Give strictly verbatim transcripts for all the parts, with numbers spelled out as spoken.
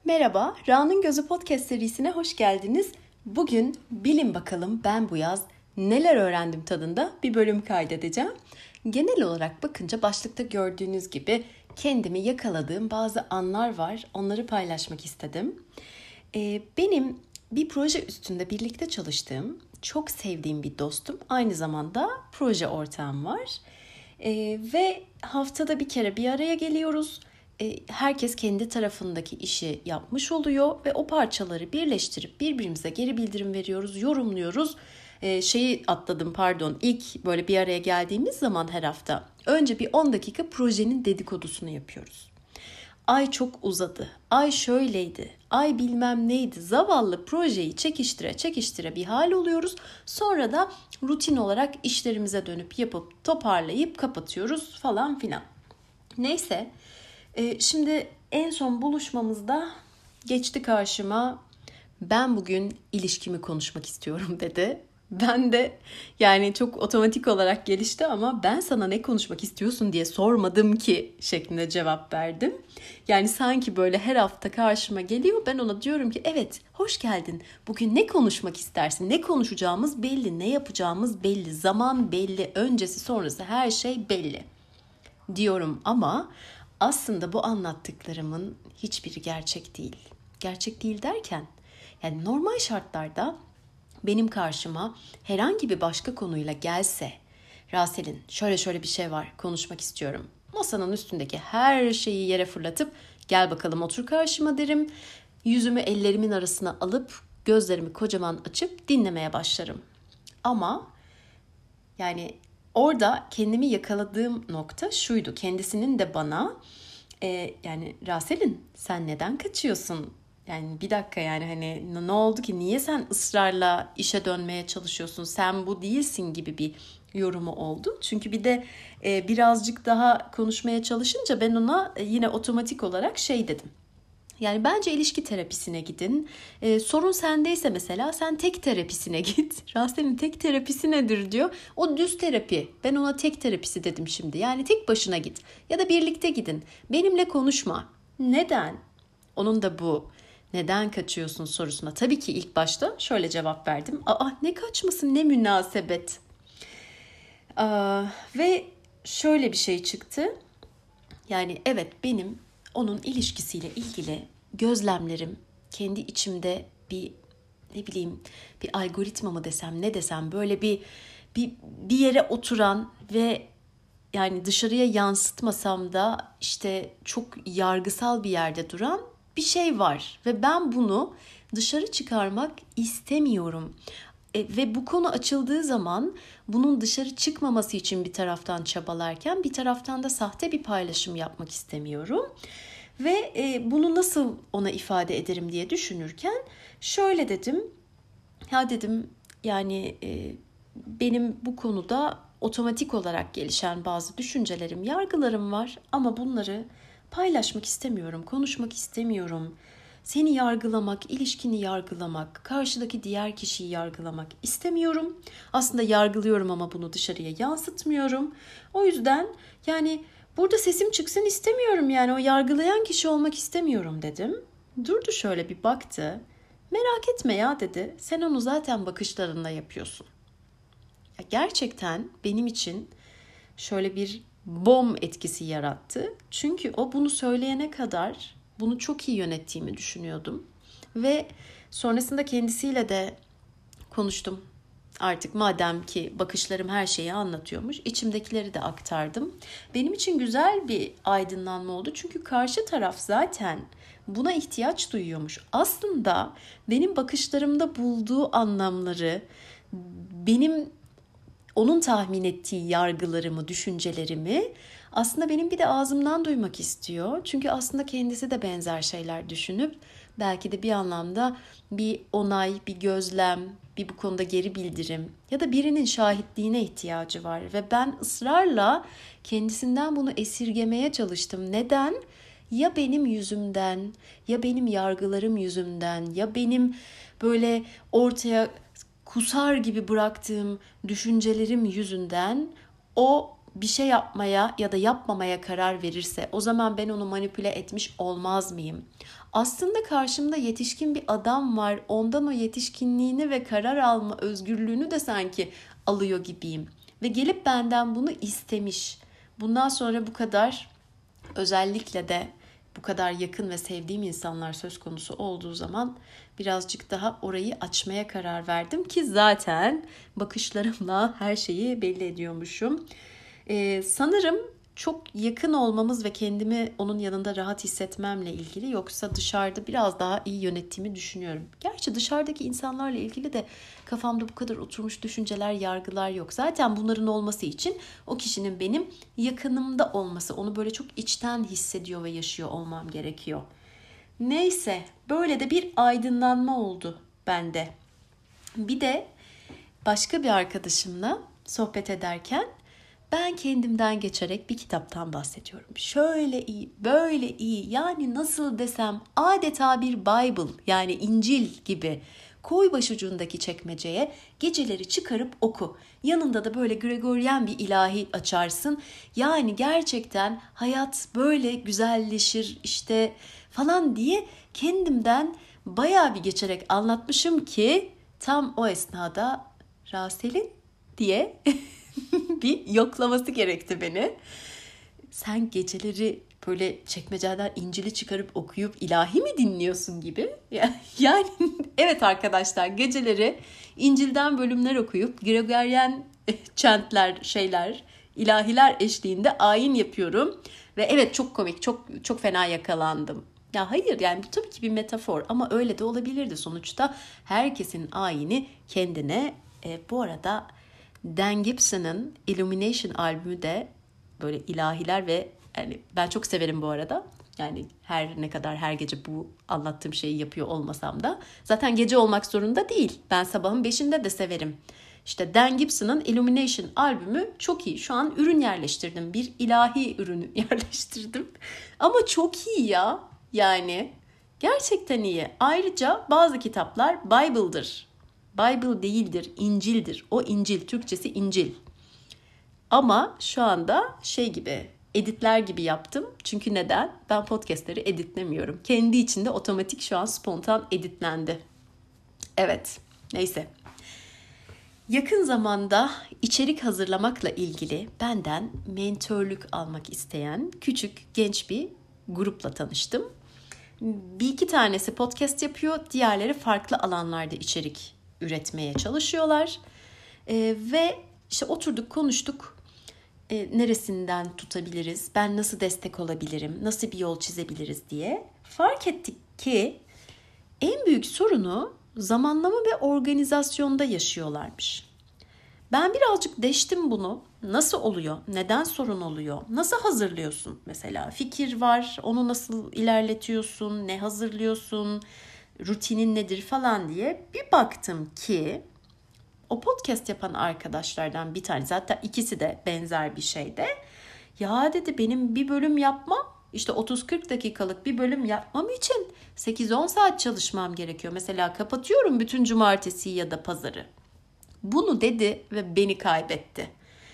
Merhaba, Ra'nın Gözü Podcast serisine hoş geldiniz. Bugün bilin bakalım ben bu yaz neler öğrendim tadında bir bölüm kaydedeceğim. Genel olarak bakınca başlıkta gördüğünüz gibi kendimi yakaladığım bazı anlar var. Onları paylaşmak istedim. Ee, benim bir proje üstünde birlikte çalıştığım, çok sevdiğim bir dostum, aynı zamanda proje ortağım var. Ee, ve haftada bir kere bir araya geliyoruz. Herkes kendi tarafındaki işi yapmış oluyor ve o parçaları birleştirip birbirimize geri bildirim veriyoruz, yorumluyoruz. Ee, şeyi atladım pardon ilk böyle bir araya geldiğimiz zaman her hafta önce bir on dakika projenin dedikodusunu yapıyoruz. Ay çok uzadı, ay şöyleydi, ay bilmem neydi, zavallı projeyi çekiştire çekiştire bir hal oluyoruz. Sonra da rutin olarak işlerimize dönüp yapıp toparlayıp kapatıyoruz falan filan. Neyse. Şimdi en son buluşmamızda geçti karşıma, ben bugün ilişkimi konuşmak istiyorum dedi. Ben de yani çok otomatik olarak gelişti ama ben sana ne konuşmak istiyorsun diye sormadım ki şeklinde cevap verdim. Yani sanki böyle her hafta karşıma geliyor, ben ona diyorum ki evet hoş geldin, bugün ne konuşmak istersin, ne konuşacağımız belli, ne yapacağımız belli, zaman belli, öncesi sonrası her şey belli diyorum ama aslında bu anlattıklarımın hiçbiri gerçek değil. Gerçek değil derken, yani normal şartlarda benim karşıma herhangi bir başka konuyla gelse, Raselin şöyle şöyle bir şey var, konuşmak istiyorum. Masanın üstündeki her şeyi yere fırlatıp gel bakalım otur karşıma derim. Yüzümü ellerimin arasına alıp gözlerimi kocaman açıp dinlemeye başlarım. Ama yani orada kendimi yakaladığım nokta şuydu. Kendisinin de bana e, yani Raselin sen neden kaçıyorsun? Yani bir dakika, yani hani ne oldu ki, niye sen ısrarla işe dönmeye çalışıyorsun? Sen bu değilsin gibi bir yorumu oldu. Çünkü bir de e, birazcık daha konuşmaya çalışınca ben ona e, yine otomatik olarak şey dedim. Yani bence ilişki terapisine gidin. Ee, sorun sendeyse mesela sen tek terapisine git. Rasel'in tek terapisi nedir diyor. O düz terapi. Ben ona tek terapisi dedim şimdi. Yani tek başına git. Ya da birlikte gidin. Benimle konuşma. Neden? Onun da bu neden kaçıyorsun sorusuna tabii ki ilk başta şöyle cevap verdim. Aa ne kaçmasın, ne münasebet. Aa, ve şöyle bir şey çıktı. Yani evet, benim onun ilişkisiyle ilgili gözlemlerim, kendi içimde bir ne bileyim bir algoritma mı desem ne desem, böyle bir bir bir yere oturan ve yani dışarıya yansıtmasam da işte çok yargısal bir yerde duran bir şey var ve ben bunu dışarı çıkarmak istemiyorum. E, ve bu konu açıldığı zaman bunun dışarı çıkmaması için bir taraftan çabalarken bir taraftan da sahte bir paylaşım yapmak istemiyorum. Ve e, bunu nasıl ona ifade ederim diye düşünürken şöyle dedim. Ya dedim yani e, benim bu konuda otomatik olarak gelişen bazı düşüncelerim, yargılarım var ama bunları paylaşmak istemiyorum, konuşmak istemiyorum. Seni yargılamak, ilişkini yargılamak, karşıdaki diğer kişiyi yargılamak istemiyorum. Aslında yargılıyorum ama bunu dışarıya yansıtmıyorum. O yüzden yani burada sesim çıksın istemiyorum, yani o yargılayan kişi olmak istemiyorum dedim. Durdu, şöyle bir baktı. Merak etme ya dedi, sen onu zaten bakışlarında yapıyorsun. Ya gerçekten benim için şöyle bir bom etkisi yarattı. Çünkü o bunu söyleyene kadar bunu çok iyi yönettiğimi düşünüyordum. Ve sonrasında kendisiyle de konuştum. Artık madem ki bakışlarım her şeyi anlatıyormuş, içimdekileri de aktardım. Benim için güzel bir aydınlanma oldu. Çünkü karşı taraf zaten buna ihtiyaç duyuyormuş. Aslında benim bakışlarımda bulduğu anlamları, benim onun tahmin ettiği yargılarımı, düşüncelerimi aslında benim bir de ağzımdan duymak istiyor. Çünkü aslında kendisi de benzer şeyler düşünüp belki de bir anlamda bir onay, bir gözlem, bir bu konuda geri bildirim ya da birinin şahitliğine ihtiyacı var. Ve ben ısrarla kendisinden bunu esirgemeye çalıştım. Neden? Ya benim yüzümden, ya benim yargılarım yüzünden, ya benim böyle ortaya kusar gibi bıraktığım düşüncelerim yüzünden o bir şey yapmaya ya da yapmamaya karar verirse o zaman ben onu manipüle etmiş olmaz mıyım? Aslında karşımda yetişkin bir adam var. Ondan o yetişkinliğini ve karar alma özgürlüğünü de sanki alıyor gibiyim. Ve gelip benden bunu istemiş. Bundan sonra bu kadar, özellikle de bu kadar yakın ve sevdiğim insanlar söz konusu olduğu zaman birazcık daha orayı açmaya karar verdim ki zaten bakışlarımla her şeyi belli ediyormuşum. Ee, sanırım çok yakın olmamız ve kendimi onun yanında rahat hissetmemle ilgili, yoksa dışarıda biraz daha iyi yönettiğimi düşünüyorum. Gerçi dışarıdaki insanlarla ilgili de kafamda bu kadar oturmuş düşünceler, yargılar yok. Zaten bunların olması için o kişinin benim yakınımda olması, onu böyle çok içten hissediyor ve yaşıyor olmam gerekiyor. Neyse, böyle de bir aydınlanma oldu bende. Bir de başka bir arkadaşımla sohbet ederken ben kendimden geçerek bir kitaptan bahsediyorum. Şöyle iyi, böyle iyi, yani nasıl desem adeta bir Bible, yani İncil gibi. Koy başucundaki çekmeceye, geceleri çıkarıp oku. Yanında da böyle Gregorian bir ilahi açarsın. Yani gerçekten hayat böyle güzelleşir işte falan diye kendimden bayağı bir geçerek anlatmışım ki tam o esnada Raselin diye bir yoklaması gerekti beni. Sen geceleri böyle çekmeceden İncil'i çıkarıp okuyup ilahi mi dinliyorsun gibi? Yani evet arkadaşlar, geceleri İncil'den bölümler okuyup Gregorian chantler, şeyler, ilahiler eşliğinde ayin yapıyorum. Ve evet, çok komik, çok çok fena yakalandım. Ya hayır, yani bu tabii ki bir metafor ama öyle de olabilirdi sonuçta. Herkesin ayini kendine. E, bu arada Dan Gibson'ın Illumination albümü de böyle ilahiler ve yani ben çok severim bu arada. Yani her ne kadar her gece bu anlattığım şeyi yapıyor olmasam da zaten gece olmak zorunda değil. Ben sabahın beşinde de severim. İşte Dan Gibson'ın Illumination albümü çok iyi. Şu an ürün yerleştirdim. Bir ilahi ürünü yerleştirdim. Ama çok iyi ya. Yani gerçekten iyi. Ayrıca bazı kitaplar Bible'dır. Bible değildir, İncil'dir. O İncil, Türkçesi İncil. Ama şu anda şey gibi, editler gibi yaptım. Çünkü neden? Ben podcastleri editlemiyorum. Kendi içinde otomatik şu an spontan editlendi. Evet, neyse. Yakın zamanda içerik hazırlamakla ilgili benden mentörlük almak isteyen küçük genç bir grupla tanıştım. Bir iki tanesi podcast yapıyor, diğerleri farklı alanlarda içerik üretmeye çalışıyorlar. Ee, ve işte oturduk, konuştuk. Ee, neresinden tutabiliriz, ben nasıl destek olabilirim, nasıl bir yol çizebiliriz diye. Fark ettik ki en büyük sorunu zamanlama ve organizasyonda yaşıyorlarmış. Ben birazcık deştim bunu. Nasıl oluyor? Neden sorun oluyor? Nasıl hazırlıyorsun? Mesela fikir var, onu nasıl ilerletiyorsun? Ne hazırlıyorsun? Rutinin nedir falan diye bir baktım ki o podcast yapan arkadaşlardan bir tane, zaten ikisi de benzer bir şeyde. Ya dedi, benim bir bölüm yapmam, işte otuz kırk dakikalık bir bölüm yapmam için sekiz on saat çalışmam gerekiyor. Mesela kapatıyorum bütün cumartesi ya da pazarı. Bunu dedi ve beni kaybetti.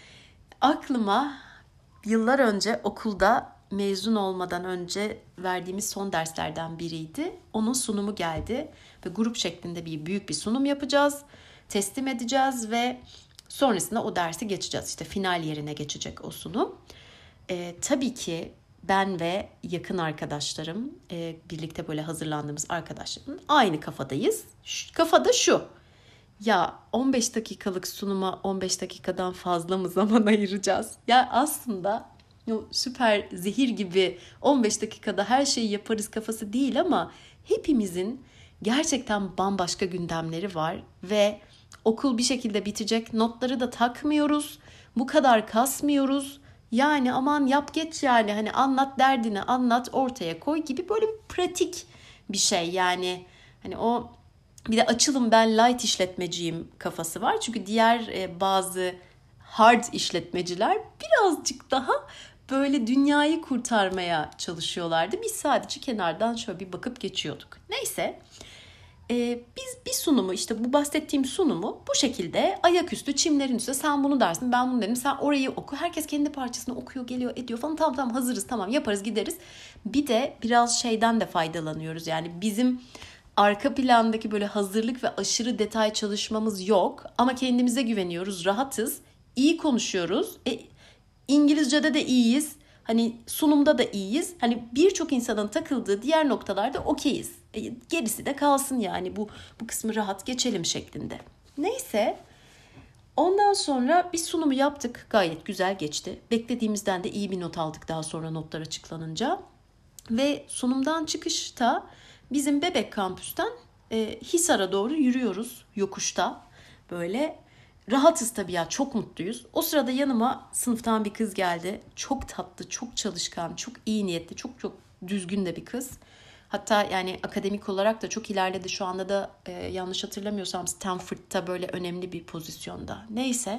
Aklıma yıllar önce okulda mezun olmadan önce verdiğimiz son derslerden biriydi. Onun sunumu geldi ve grup şeklinde bir büyük bir sunum yapacağız. Teslim edeceğiz ve sonrasında o dersi geçeceğiz. İşte final yerine geçecek o sunum. Ee, tabii ki ben ve yakın arkadaşlarım, e, birlikte böyle hazırlandığımız arkadaşlarım aynı kafadayız. Şu, kafada şu. Ya on beş dakikalık sunuma on beş dakikadan fazla mı zaman ayıracağız? Ya aslında o süper zehir gibi on beş dakikada her şeyi yaparız kafası değil ama hepimizin gerçekten bambaşka gündemleri var ve okul bir şekilde bitecek, notları da takmıyoruz, bu kadar kasmıyoruz. Yani aman yap geç, yani hani anlat derdini, anlat ortaya koy gibi böyle bir pratik bir şey yani. Hani o bir de açılım, ben light işletmeciyim kafası var. Çünkü diğer e, bazı hard işletmeciler birazcık daha böyle dünyayı kurtarmaya çalışıyorlardı. Biz sadece kenardan şöyle bir bakıp geçiyorduk. Neyse, Ee, biz bir sunumu işte bu bahsettiğim sunumu bu şekilde ayaküstü çimlerin üstünde sen bunu dersin ben bunu derim sen orayı oku. Herkes kendi parçasını okuyor geliyor ediyor falan tamam tamam hazırız tamam yaparız gideriz. Bir de biraz şeyden de faydalanıyoruz yani bizim arka plandaki böyle hazırlık ve aşırı detay çalışmamız yok ama kendimize güveniyoruz rahatız iyi konuşuyoruz. E, İngilizce'de de iyiyiz. Hani sunumda da iyiyiz. Hani birçok insanın takıldığı diğer noktalarda okeyiz. E, gerisi de kalsın yani bu bu kısmı rahat geçelim şeklinde. Neyse ondan sonra bir sunumu yaptık. Gayet güzel geçti. Beklediğimizden de iyi bir not aldık daha sonra notlar açıklanınca. Ve sunumdan çıkışta bizim Bebek kampüsten e, Hisar'a doğru yürüyoruz yokuşta. Böyle rahatız tabii ya çok mutluyuz. O sırada yanıma sınıftan bir kız geldi. Çok tatlı, çok çalışkan, çok iyi niyetli, çok çok düzgün de bir kız. Hatta yani akademik olarak da çok ilerledi. Şu anda da e, yanlış hatırlamıyorsam Stanford'da böyle önemli bir pozisyonda. Neyse.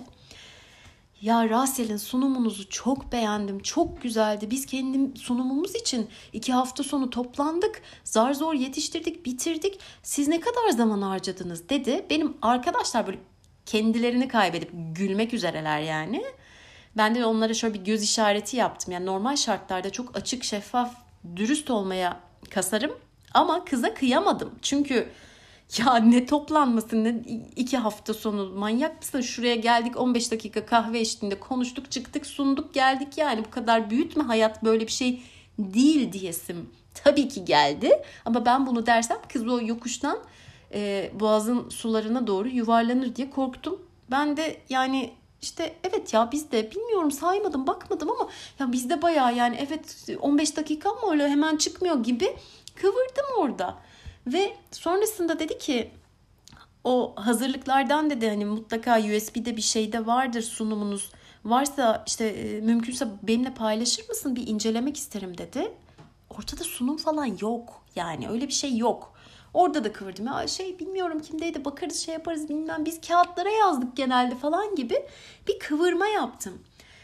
Ya Rasel'in sunumunuzu çok beğendim. Çok güzeldi. Biz kendi sunumumuz için iki hafta sonu toplandık. Zar zor yetiştirdik, bitirdik. Siz ne kadar zaman harcadınız dedi. Benim arkadaşlar böyle kendilerini kaybedip gülmek üzereler yani. Ben de onlara şöyle bir göz işareti yaptım. Yani normal şartlarda çok açık, şeffaf, dürüst olmaya kasarım. Ama kıza kıyamadım. Çünkü ya ne toplanması ne iki hafta sonu manyak mısın? Şuraya geldik on beş dakika kahve eşliğinde konuştuk çıktık sunduk geldik yani bu kadar büyütme hayat böyle bir şey değil diyesim. Tabii ki geldi ama ben bunu dersem kız o yokuştan e, boğazın sularına doğru yuvarlanır diye korktum. Ben de yani işte evet ya biz de bilmiyorum saymadım bakmadım ama ya bizde bayağı yani evet on beş dakika mı öyle hemen çıkmıyor gibi kıvırdım orada. Ve sonrasında dedi ki o hazırlıklardan dedi hani mutlaka U S B'de bir şey de vardır sunumunuz. Varsa işte e, mümkünse benimle paylaşır mısın bir incelemek isterim dedi. Ortada sunum falan yok yani öyle bir şey yok. Orada da kıvırdım ya şey bilmiyorum kimdeydi bakarız şey yaparız bilmem biz kağıtlara yazdık genelde falan gibi bir kıvırma yaptım.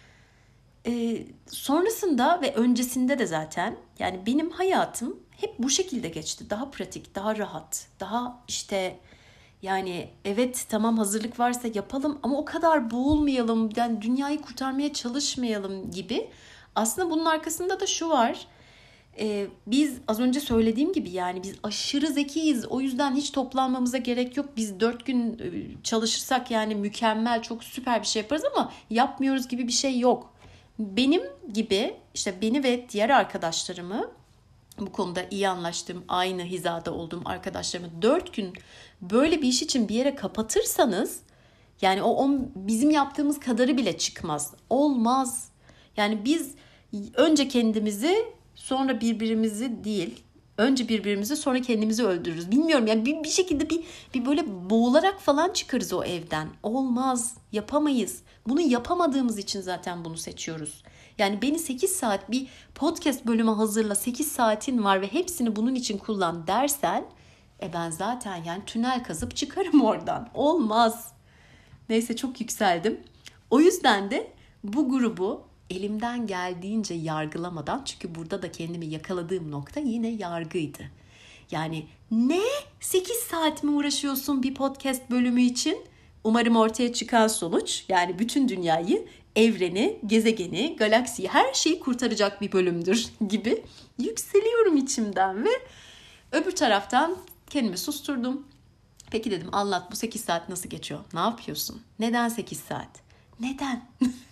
Ee, sonrasında ve öncesinde de zaten yani benim hayatım hep bu şekilde geçti. Daha pratik, daha rahat, daha işte yani evet tamam hazırlık varsa yapalım ama o kadar boğulmayalım, yani dünyayı kurtarmaya çalışmayalım gibi. Aslında bunun arkasında da şu var. Ee, biz az önce söylediğim gibi yani biz aşırı zekiyiz. O yüzden hiç toplanmamıza gerek yok. Biz dört gün çalışırsak yani mükemmel, çok süper bir şey yaparız ama yapmıyoruz gibi bir şey yok. Benim gibi işte beni ve diğer arkadaşlarımı bu konuda iyi anlaştığım, aynı hizada olduğum arkadaşlarımı dört gün böyle bir iş için bir yere kapatırsanız yani o on, bizim yaptığımız kadarı bile çıkmaz. Olmaz. Yani biz önce kendimizi sonra birbirimizi değil, önce birbirimizi sonra kendimizi öldürürüz. Bilmiyorum yani bir, bir şekilde bir, bir böyle boğularak falan çıkarız o evden. Olmaz, yapamayız. Bunu yapamadığımız için zaten bunu seçiyoruz. Yani beni sekiz saat bir podcast bölümü hazırla, sekiz saatin var ve hepsini bunun için kullan dersen e ben zaten yani tünel kazıp çıkarım oradan. Olmaz. Neyse çok yükseldim. O yüzden de bu grubu elimden geldiğince yargılamadan, çünkü burada da kendimi yakaladığım nokta yine yargıydı. Yani ne? sekiz saat mi uğraşıyorsun bir podcast bölümü için? Umarım ortaya çıkan sonuç yani bütün dünyayı, evreni, gezegeni, galaksiyi, her şeyi kurtaracak bir bölümdür gibi yükseliyorum içimden ve öbür taraftan kendimi susturdum. Peki dedim anlat bu sekiz saat nasıl geçiyor? Ne yapıyorsun? Neden sekiz saat? Neden?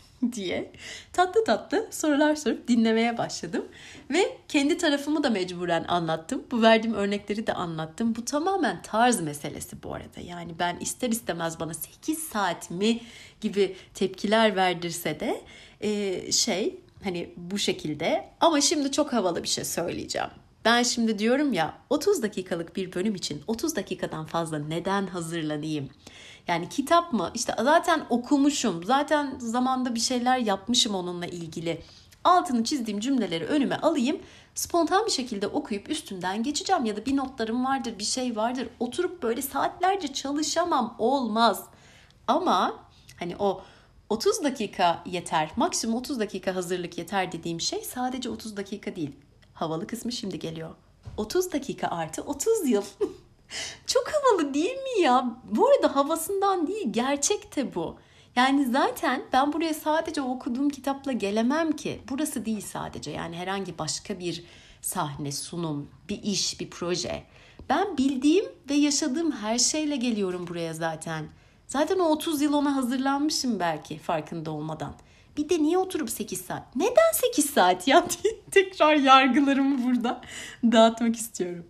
diye tatlı tatlı sorular sorup dinlemeye başladım. Ve kendi tarafımı da mecburen anlattım. Bu verdiğim örnekleri de anlattım. Bu tamamen tarz meselesi bu arada. Yani ben ister istemez bana sekiz saat mi gibi tepkiler verdirse de e, şey hani bu şekilde. Ama şimdi çok havalı bir şey söyleyeceğim. Ben şimdi diyorum ya otuz dakikalık bir bölüm için otuz dakikadan fazla neden hazırlanayım? Yani kitap mı? İşte zaten okumuşum. Zaten zamanda bir şeyler yapmışım onunla ilgili. Altını çizdiğim cümleleri önüme alayım. Spontan bir şekilde okuyup üstünden geçeceğim. Ya da bir notlarım vardır, bir şey vardır. Oturup böyle saatlerce çalışamam. Olmaz. Ama hani o otuz dakika yeter. Maksimum otuz dakika hazırlık yeter dediğim şey sadece otuz dakika değil. Havalı kısmı şimdi geliyor. otuz dakika artı otuz yıl. Çok havalı değil mi ya? Bu arada havasından değil, gerçekte bu. Yani zaten ben buraya sadece okuduğum kitapla gelemem ki. Burası değil sadece, yani herhangi başka bir sahne, sunum, bir iş, bir proje. Ben bildiğim ve yaşadığım her şeyle geliyorum buraya zaten. Zaten o otuz yıl ona hazırlanmışım belki farkında olmadan. Bir de niye oturup sekiz saat? Neden sekiz saat ya? Tekrar yargılarımı burada dağıtmak istiyorum.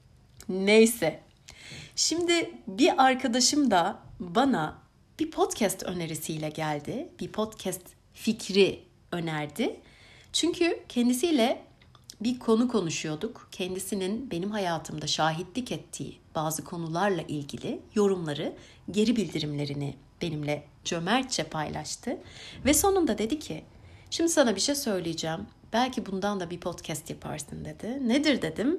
Neyse. Şimdi bir arkadaşım da bana bir podcast önerisiyle geldi. Bir podcast fikri önerdi. Çünkü kendisiyle bir konu konuşuyorduk. Kendisinin benim hayatımda şahitlik ettiği bazı konularla ilgili yorumları, geri bildirimlerini benimle cömertçe paylaştı. Ve sonunda dedi ki, şimdi sana bir şey söyleyeceğim. Belki bundan da bir podcast yaparsın dedi. Nedir dedim.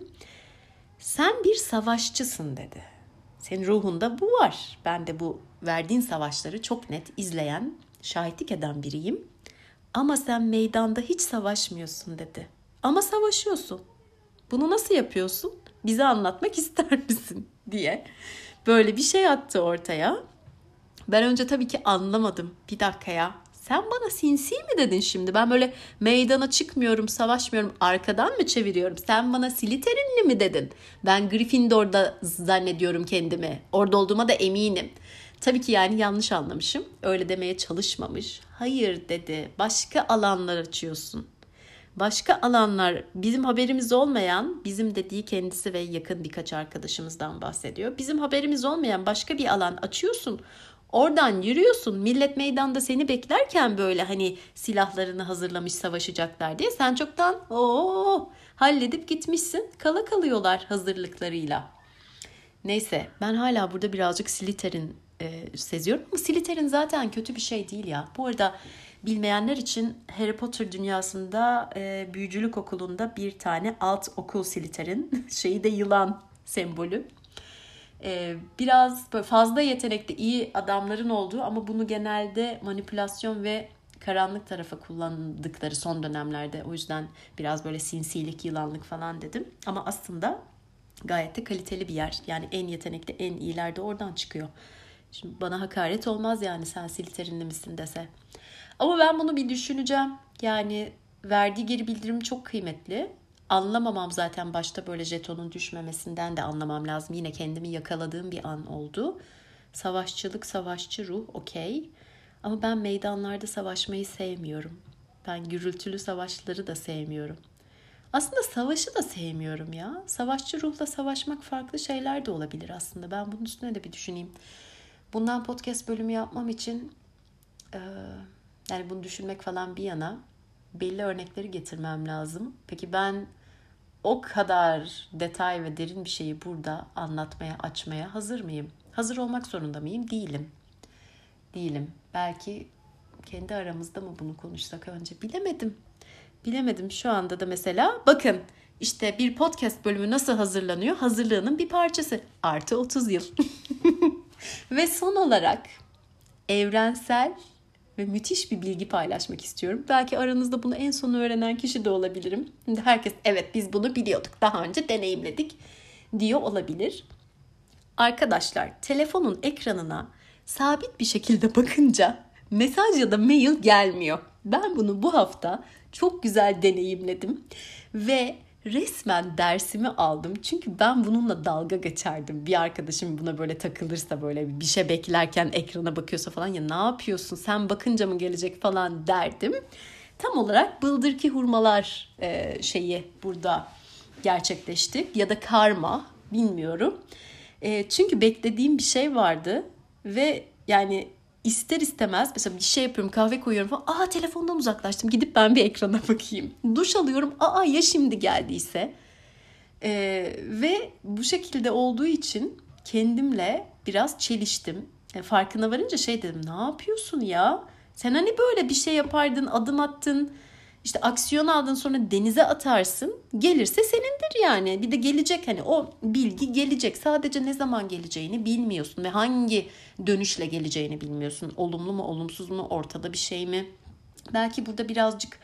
Sen bir savaşçısın dedi. Senin ruhunda bu var. Ben de bu verdiğin savaşları çok net izleyen, şahitlik eden biriyim. Ama sen meydanda hiç savaşmıyorsun dedi. Ama savaşıyorsun. Bunu nasıl yapıyorsun? Bize anlatmak ister misin diye. Böyle bir şey attı ortaya. Ben önce tabii ki anlamadım. Bir dakika ya. Sen bana sinsi mi dedin şimdi? Ben böyle meydana çıkmıyorum, savaşmıyorum. Arkadan mı çeviriyorum? Sen bana Slytherin'li mi dedin? Ben Gryffindor'da zannediyorum kendimi. Orada olduğuma da eminim. Tabii ki yani yanlış anlamışım. Öyle demeye çalışmamış. Hayır dedi. Başka alanlar açıyorsun. Başka alanlar, bizim haberimiz olmayan, bizim dediği kendisi ve yakın birkaç arkadaşımızdan bahsediyor. Bizim haberimiz olmayan başka bir alan açıyorsun. Oradan yürüyorsun. Millet meydanda seni beklerken böyle hani silahlarını hazırlamış savaşacaklar diye. Sen çoktan ooo halledip gitmişsin. Kala kalıyorlar hazırlıklarıyla. Neyse, ben hala burada birazcık Slytherin e, seziyorum. Ama Slytherin zaten kötü bir şey değil ya. Bu arada bilmeyenler için Harry Potter dünyasında e, büyücülük okulunda bir tane alt okul Slytherin. Şeyi de yılan sembolü. E, biraz fazla yetenekli iyi adamların olduğu ama bunu genelde manipülasyon ve karanlık tarafa kullandıkları son dönemlerde. O yüzden biraz böyle sinsilik, yılanlık falan dedim. Ama aslında gayet de kaliteli bir yer. Yani en yetenekli, en iyiler de oradan çıkıyor. Şimdi bana hakaret olmaz yani sen Slytherin'li misin dese. Ama ben bunu bir düşüneceğim. Yani verdiği geri bildirim çok kıymetli. Anlamamam zaten başta böyle jetonun düşmemesinden de anlamam lazım. Yine kendimi yakaladığım bir an oldu. Savaşçılık, savaşçı ruh okey. Ama ben meydanlarda savaşmayı sevmiyorum. Ben gürültülü savaşları da sevmiyorum. Aslında savaşı da sevmiyorum ya. Savaşçı ruhla savaşmak farklı şeyler de olabilir aslında. Ben bunun üstüne de bir düşüneyim. Bundan podcast bölümü yapmam için e, yani bunu düşünmek falan bir yana belli örnekleri getirmem lazım. Peki ben o kadar detay ve derin bir şeyi burada anlatmaya, açmaya hazır mıyım? Hazır olmak zorunda mıyım? Değilim. Değilim. Belki kendi aramızda mı bunu konuşsak önce? Bilemedim. Bilemedim. Şu anda da mesela bakın işte bir podcast bölümü nasıl hazırlanıyor? Hazırlığının bir parçası. Artı otuz yıl. Ve son olarak evrensel ve müthiş bir bilgi paylaşmak istiyorum. Belki aranızda bunu en son öğrenen kişi de olabilirim. Şimdi herkes evet biz bunu biliyorduk, daha önce deneyimledik diyor olabilir. Arkadaşlar, telefonun ekranına sabit bir şekilde bakınca mesaj ya da mail gelmiyor. Ben bunu bu hafta çok güzel deneyimledim ve resmen dersimi aldım. Çünkü ben bununla dalga geçerdim. Bir arkadaşım buna böyle takılırsa, böyle bir şey beklerken ekrana bakıyorsa falan, ya ne yapıyorsun sen bakınca mı gelecek falan derdim. Tam olarak bıldırki hurmalar e, şeyi burada gerçekleşti ya da karma, bilmiyorum. E, çünkü beklediğim bir şey vardı ve yani ister istemez mesela bir şey yapıyorum, kahve koyuyorum falan. Aa, telefondan uzaklaştım, gidip ben bir ekrana bakayım. Duş alıyorum, aa ya şimdi geldiyse. Ee, ve bu şekilde olduğu için kendimle biraz çeliştim. E, farkına varınca şey dedim, ne yapıyorsun ya? Sen hani böyle bir şey yapardın, adım attın, işte aksiyon aldın, sonra denize atarsın. Gelirse senindir yani. Bir de gelecek, hani o bilgi gelecek. Sadece ne zaman geleceğini bilmiyorsun ve hangi dönüşle geleceğini bilmiyorsun. Olumlu mu olumsuz mu, ortada bir şey mi? Belki burada birazcık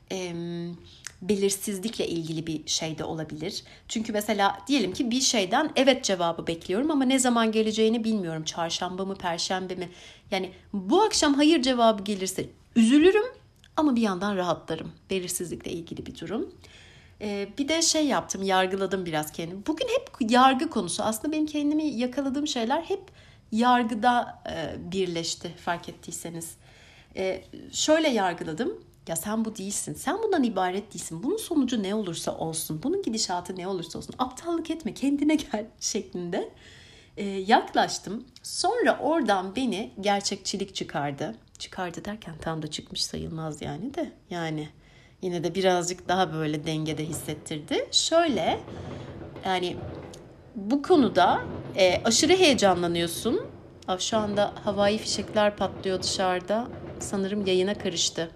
e, belirsizlikle ilgili bir şey de olabilir. Çünkü mesela diyelim ki bir şeyden evet cevabı bekliyorum ama ne zaman geleceğini bilmiyorum. Çarşamba mı, perşembe mi? Yani bu akşam hayır cevabı gelirse üzülürüm ama bir yandan rahatlarım. Belirsizlikle ilgili bir durum. Ee, bir de şey yaptım, yargıladım biraz kendimi. Bugün hep yargı konusu. Aslında benim kendimi yakaladığım şeyler hep yargıda e, birleşti, fark ettiyseniz. E, şöyle yargıladım. Ya sen bu değilsin. Sen bundan ibaret değilsin. Bunun sonucu ne olursa olsun. Bunun gidişatı ne olursa olsun. Aptallık etme, kendine gel şeklinde e, yaklaştım. Sonra oradan beni gerçekçilik çıkardı. Çıkardı derken tam da çıkmış sayılmaz yani de. Yani yine de birazcık daha böyle dengede hissettirdi. Şöyle yani bu konuda e, aşırı heyecanlanıyorsun. Aa, şu anda havai fişekler patlıyor dışarıda. Sanırım yayına karıştı.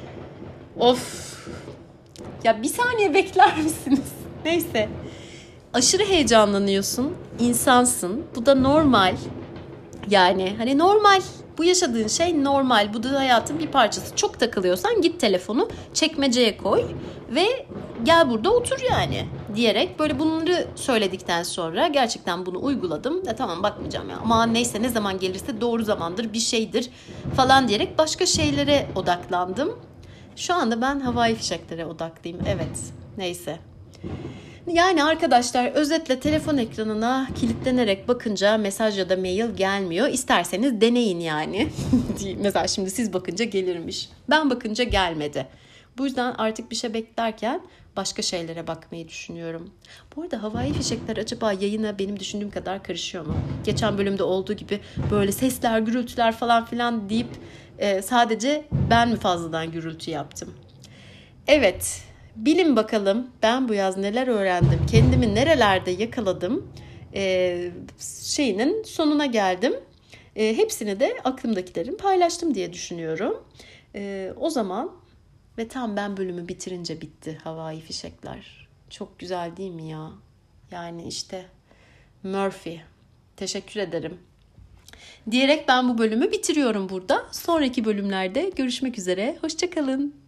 Of. Ya bir saniye bekler misiniz? Neyse. Aşırı heyecanlanıyorsun. İnsansın. Bu da normal. Yani hani normal. Bu yaşadığın şey normal. Bu da hayatın bir parçası. Çok takılıyorsan git telefonu çekmeceye koy ve gel burada otur yani diyerek böyle bunları söyledikten sonra gerçekten bunu uyguladım. Ya tamam bakmayacağım ya. Ama neyse ne zaman gelirse doğru zamandır bir şeydir falan diyerek başka şeylere odaklandım. Şu anda ben havai fişeklere odaklıyım. Evet. Neyse. Yani arkadaşlar özetle telefon ekranına kilitlenerek bakınca mesaj ya da mail gelmiyor. İsterseniz deneyin yani. Mesela şimdi siz bakınca gelirmiş. Ben bakınca gelmedi. Bu yüzden artık bir şey beklerken başka şeylere bakmayı düşünüyorum. Bu arada havai fişekler acaba yayına benim düşündüğüm kadar karışıyor mu? Geçen bölümde olduğu gibi böyle sesler, gürültüler falan filan deyip e, sadece ben mi fazladan gürültü yaptım? Evet. Bilin bakalım ben bu yaz neler öğrendim, kendimi nerelerde yakaladım e, şeyinin sonuna geldim. E, hepsini de aklımdakilerin paylaştım diye düşünüyorum. E, o zaman ve tam ben bölümü bitirince bitti havai fişekler. Çok güzel değil mi ya? Yani işte Murphy. Teşekkür ederim. Diyerek ben bu bölümü bitiriyorum burada. Sonraki bölümlerde görüşmek üzere. Hoşça kalın.